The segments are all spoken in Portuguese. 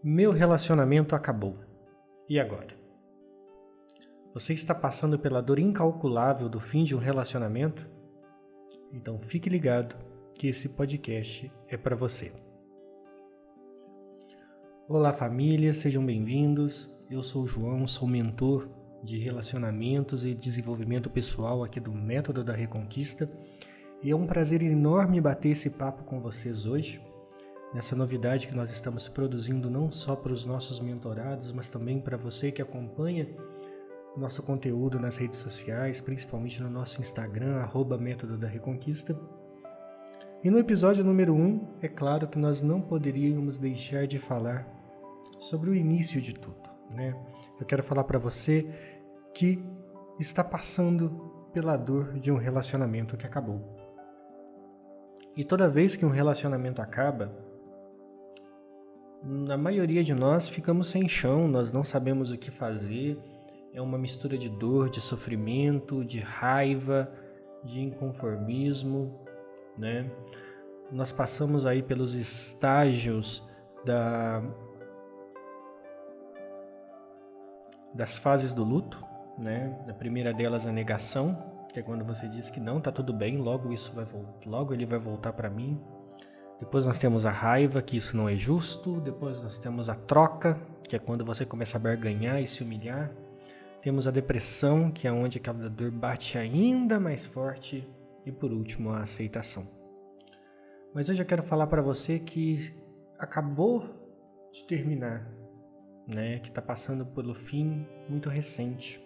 Meu relacionamento acabou. E agora? Você está passando pela dor incalculável do fim de um relacionamento? Então fique ligado que esse podcast é para você. Olá família, sejam bem-vindos. Eu sou o João, sou mentor de relacionamentos e desenvolvimento pessoal aqui do Método da Reconquista. E é um prazer enorme bater esse papo com vocês hoje, nessa novidade que nós estamos produzindo não só para os nossos mentorados, mas também para você que acompanha nosso conteúdo nas redes sociais, principalmente no nosso Instagram, @Método da Reconquista. E no episódio número 1, é claro que nós não poderíamos deixar de falar sobre o início de tudo, né? Eu quero falar para você que está passando pela dor de um relacionamento que acabou. E toda vez que um relacionamento acaba, na maioria de nós ficamos sem chão, nós não sabemos o que fazer. É uma mistura de dor, de sofrimento, de raiva, de inconformismo, né? Nós passamos aí pelos estágios das fases do luto, né? A primeira delas, a negação, que é quando você diz que não, tá tudo bem, logo ele vai voltar para mim. Depois nós temos a raiva, que isso não é justo. Depois nós temos a troca, que é quando você começa a barganhar e se humilhar. Temos a depressão, que é onde aquela dor bate ainda mais forte. E por último, a aceitação. Mas hoje eu quero falar para você que acabou de terminar, né? Que está passando pelo fim muito recente.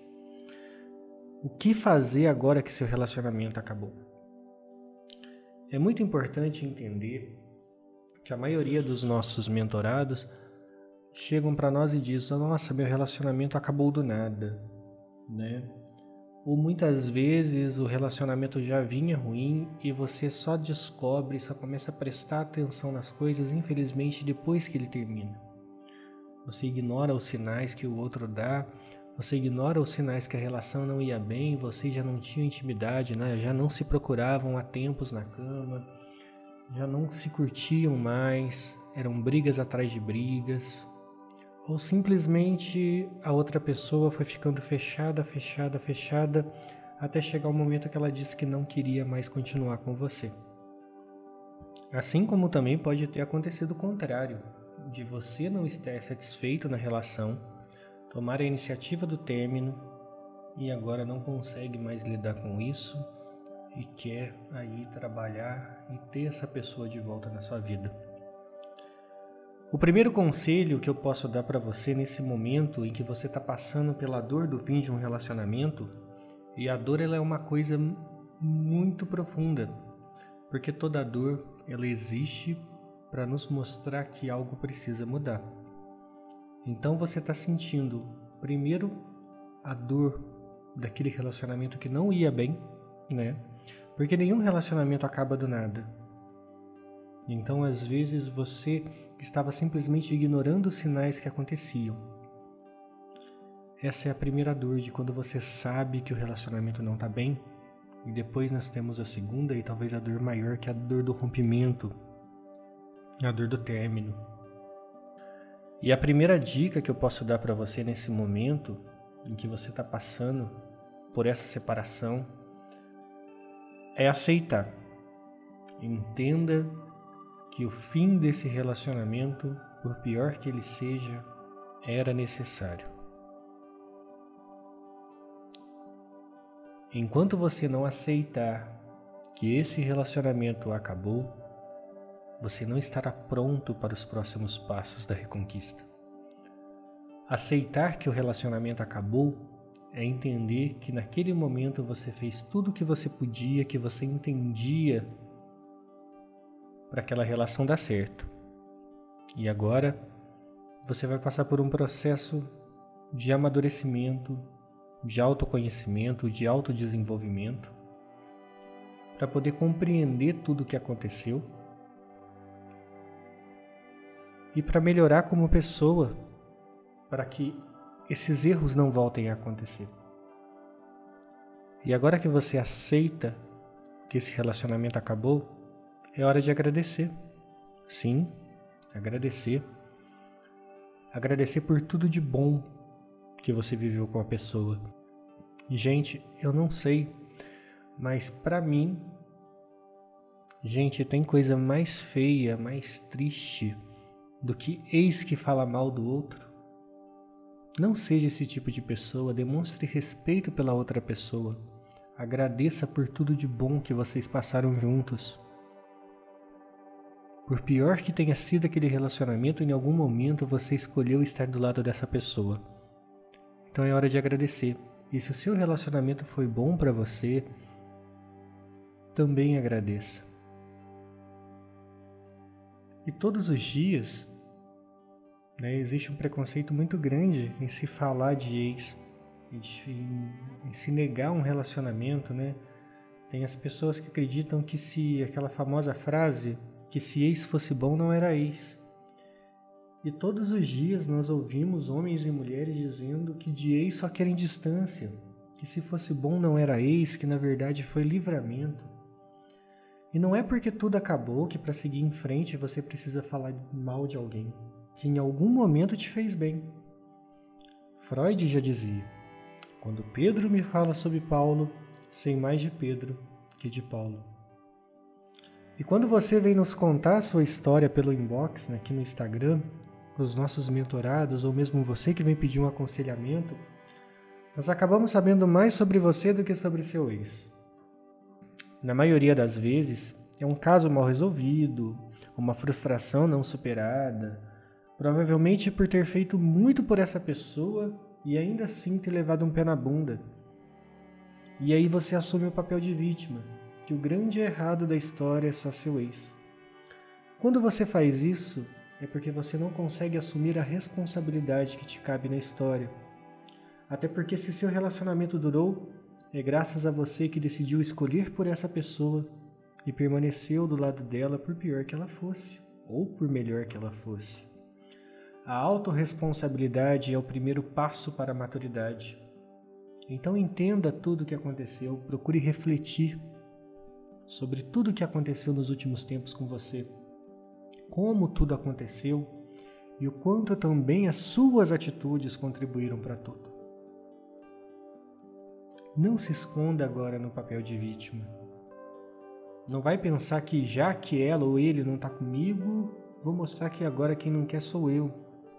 O que fazer agora que seu relacionamento acabou? É muito importante entender que a maioria dos nossos mentorados chegam para nós e dizem: nossa, meu relacionamento acabou do nada, né? Ou muitas vezes o relacionamento já vinha ruim e você só descobre, só começa a prestar atenção nas coisas, infelizmente, depois que ele termina. Você ignora os sinais que o outro dá, você ignora os sinais que a relação não ia bem, vocês já não tinham intimidade, né? Já não se procuravam há tempos na cama, já não se curtiam mais, eram brigas atrás de brigas, ou simplesmente a outra pessoa foi ficando fechada, até chegar o momento que ela disse que não queria mais continuar com você. Assim como também pode ter acontecido o contrário, de você não estar satisfeito na relação, tomar a iniciativa do término e agora não consegue mais lidar com isso e quer aí trabalhar e ter essa pessoa de volta na sua vida. O primeiro conselho que eu posso dar para você nesse momento em que você está passando pela dor do fim de um relacionamento, e a dor ela é uma coisa muito profunda, porque toda dor ela existe para nos mostrar que algo precisa mudar. Então você está sentindo, primeiro, a dor daquele relacionamento que não ia bem, né? Porque nenhum relacionamento acaba do nada. Então, às vezes, você estava simplesmente ignorando os sinais que aconteciam. Essa é a primeira dor de quando você sabe que o relacionamento não está bem. E depois nós temos a segunda e talvez a dor maior, que é a dor do rompimento, a dor do término. E a primeira dica que eu posso dar para você nesse momento em que você está passando por essa separação é aceitar. Entenda que o fim desse relacionamento, por pior que ele seja, era necessário. Enquanto você não aceitar que esse relacionamento acabou, você não estará pronto para os próximos passos da reconquista. Aceitar que o relacionamento acabou é entender que naquele momento você fez tudo o que você podia, que você entendia para aquela relação dar certo. E agora você vai passar por um processo de amadurecimento, de autoconhecimento, de autodesenvolvimento, para poder compreender tudo o que aconteceu e para melhorar como pessoa, para que esses erros não voltem a acontecer. E agora que você aceita que esse relacionamento acabou, é hora de agradecer. Sim, agradecer. Agradecer por tudo de bom que você viveu com a pessoa. E, gente, eu não sei, mas pra mim, gente, tem coisa mais feia, mais triste do que ex que fala mal do outro. Não seja esse tipo de pessoa, demonstre respeito pela outra pessoa. Agradeça por tudo de bom que vocês passaram juntos. Por pior que tenha sido aquele relacionamento, em algum momento você escolheu estar do lado dessa pessoa. Então é hora de agradecer. E se o seu relacionamento foi bom para você, também agradeça. E todos os dias, existe um preconceito muito grande em se falar de ex, em se negar um relacionamento, Tem as pessoas que acreditam que se aquela famosa frase, que se ex fosse bom não era ex. E todos os dias nós ouvimos homens e mulheres dizendo que de ex só querem distância, que se fosse bom não era ex, que na verdade foi livramento. E não é porque tudo acabou que para seguir em frente você precisa falar mal de alguém, que em algum momento te fez bem. Freud já dizia: quando Pedro me fala sobre Paulo, sei mais de Pedro que de Paulo. E quando você vem nos contar a sua história pelo inbox, aqui no Instagram, os nossos mentorados, ou mesmo você que vem pedir um aconselhamento, nós acabamos sabendo mais sobre você do que sobre seu ex. Na maioria das vezes, é um caso mal resolvido, uma frustração não superada, provavelmente por ter feito muito por essa pessoa e ainda assim ter levado um pé na bunda. E aí você assume o papel de vítima, que o grande errado da história é só seu ex. Quando você faz isso, é porque você não consegue assumir a responsabilidade que te cabe na história. Até porque se seu relacionamento durou, é graças a você que decidiu escolher por essa pessoa e permaneceu do lado dela por pior que ela fosse, ou por melhor que ela fosse. A autorresponsabilidade é o primeiro passo para a maturidade. Então entenda tudo o que aconteceu, procure refletir sobre tudo o que aconteceu nos últimos tempos com você, como tudo aconteceu e o quanto também as suas atitudes contribuíram para tudo. Não se esconda agora no papel de vítima. Não vai pensar que já que ela ou ele não está comigo, vou mostrar que agora quem não quer sou eu.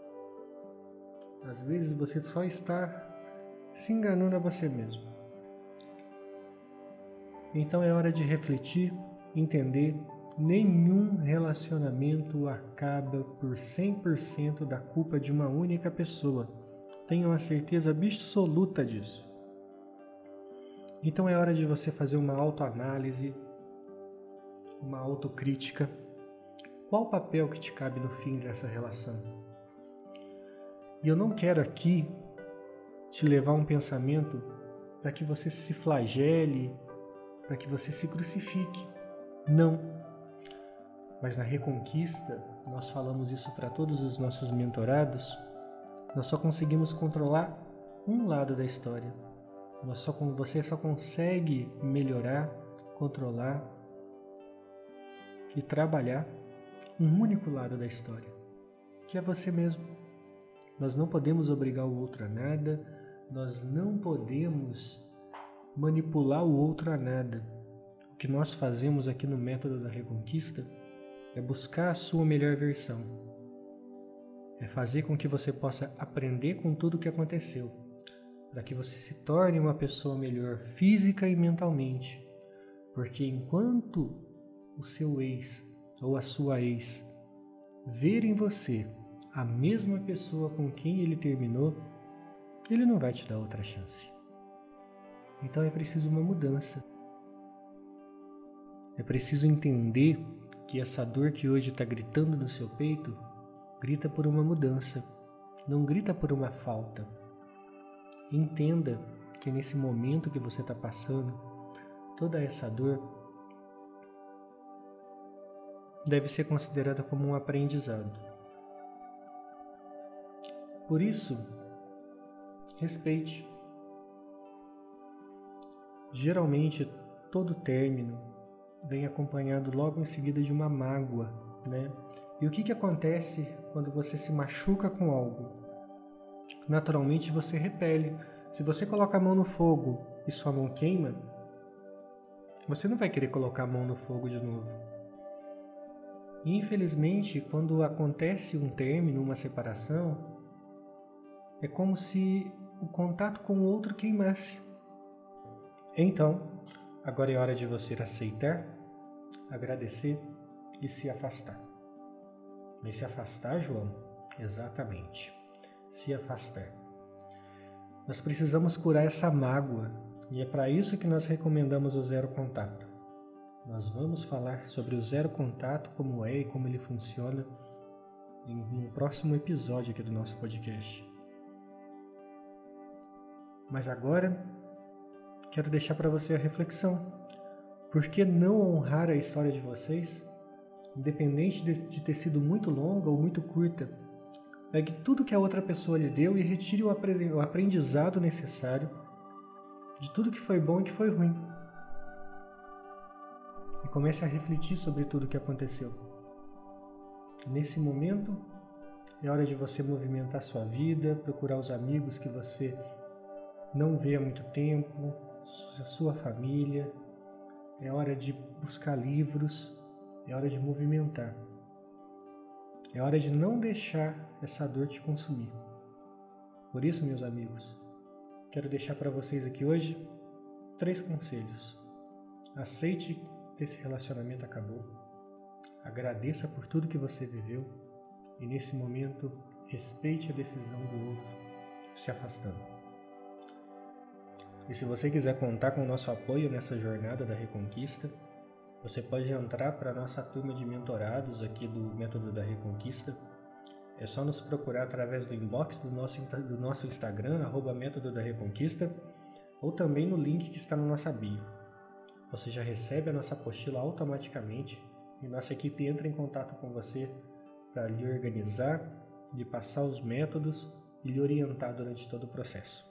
Às vezes você só está se enganando a você mesmo. Então é hora de refletir, entender, nenhum relacionamento acaba por 100% da culpa de uma única pessoa. Tenham a certeza absoluta disso. Então é hora de você fazer uma autoanálise, uma autocrítica. Qual o papel que te cabe no fim dessa relação? E eu não quero aqui te levar a um pensamento para que você se flagele, para que você se crucifique. Não. Mas na Reconquista, nós falamos isso para todos os nossos mentorados, nós só conseguimos controlar um lado da história. Você só consegue melhorar, controlar e trabalhar um único lado da história, que é você mesmo. Nós não podemos obrigar o outro a nada, nós não podemos manipular o outro a nada. O que nós fazemos aqui no método da Reconquista é buscar a sua melhor versão. É fazer com que você possa aprender com tudo o que aconteceu, para que você se torne uma pessoa melhor física e mentalmente. Porque enquanto o seu ex ou a sua ex ver em você a mesma pessoa com quem ele terminou, ele não vai te dar outra chance. Então é preciso uma mudança. É preciso entender que essa dor que hoje está gritando no seu peito, grita por uma mudança, não grita por uma falta. Entenda que nesse momento que você está passando, toda essa dor deve ser considerada como um aprendizado. Por isso, respeite. Geralmente, todo término vem acompanhado logo em seguida de uma mágoa, E o que acontece quando você se machuca com algo? Naturalmente você repele. Se você coloca a mão no fogo e sua mão queima, você não vai querer colocar a mão no fogo de novo. E, infelizmente, quando acontece um término, uma separação, é como se o contato com o outro queimasse. Então, agora é hora de você aceitar, agradecer e se afastar. Mas se afastar, João? Exatamente. Se afastar. Nós precisamos curar essa mágoa e é para isso que nós recomendamos o zero contato. Nós vamos falar sobre o zero contato, como é e como ele funciona em um próximo episódio aqui do nosso podcast. Mas agora, quero deixar para você a reflexão. Por que não honrar a história de vocês? Independente de ter sido muito longa ou muito curta, pegue tudo que a outra pessoa lhe deu e retire o aprendizado necessário de tudo que foi bom e que foi ruim. E comece a refletir sobre tudo que aconteceu. Nesse momento, é hora de você movimentar sua vida, procurar os amigos que você não vê há muito tempo, sua família. É hora de buscar livros, é hora de movimentar. É hora de não deixar essa dor te consumir. Por isso, meus amigos, quero deixar para vocês aqui hoje 3 conselhos. Aceite que esse relacionamento acabou. Agradeça por tudo que você viveu. E nesse momento, respeite a decisão do outro, se afastando. E se você quiser contar com o nosso apoio nessa jornada da Reconquista, você pode entrar para a nossa turma de mentorados aqui do Método da Reconquista. É só nos procurar através do inbox do nosso Instagram, @Método da Reconquista, ou também no link que está na nossa bio. Você já recebe a nossa apostila automaticamente e nossa equipe entra em contato com você para lhe organizar, lhe passar os métodos e lhe orientar durante todo o processo.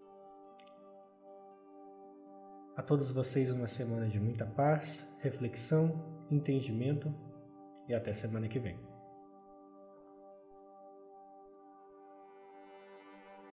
A todos vocês uma semana de muita paz, reflexão, entendimento e até semana que vem.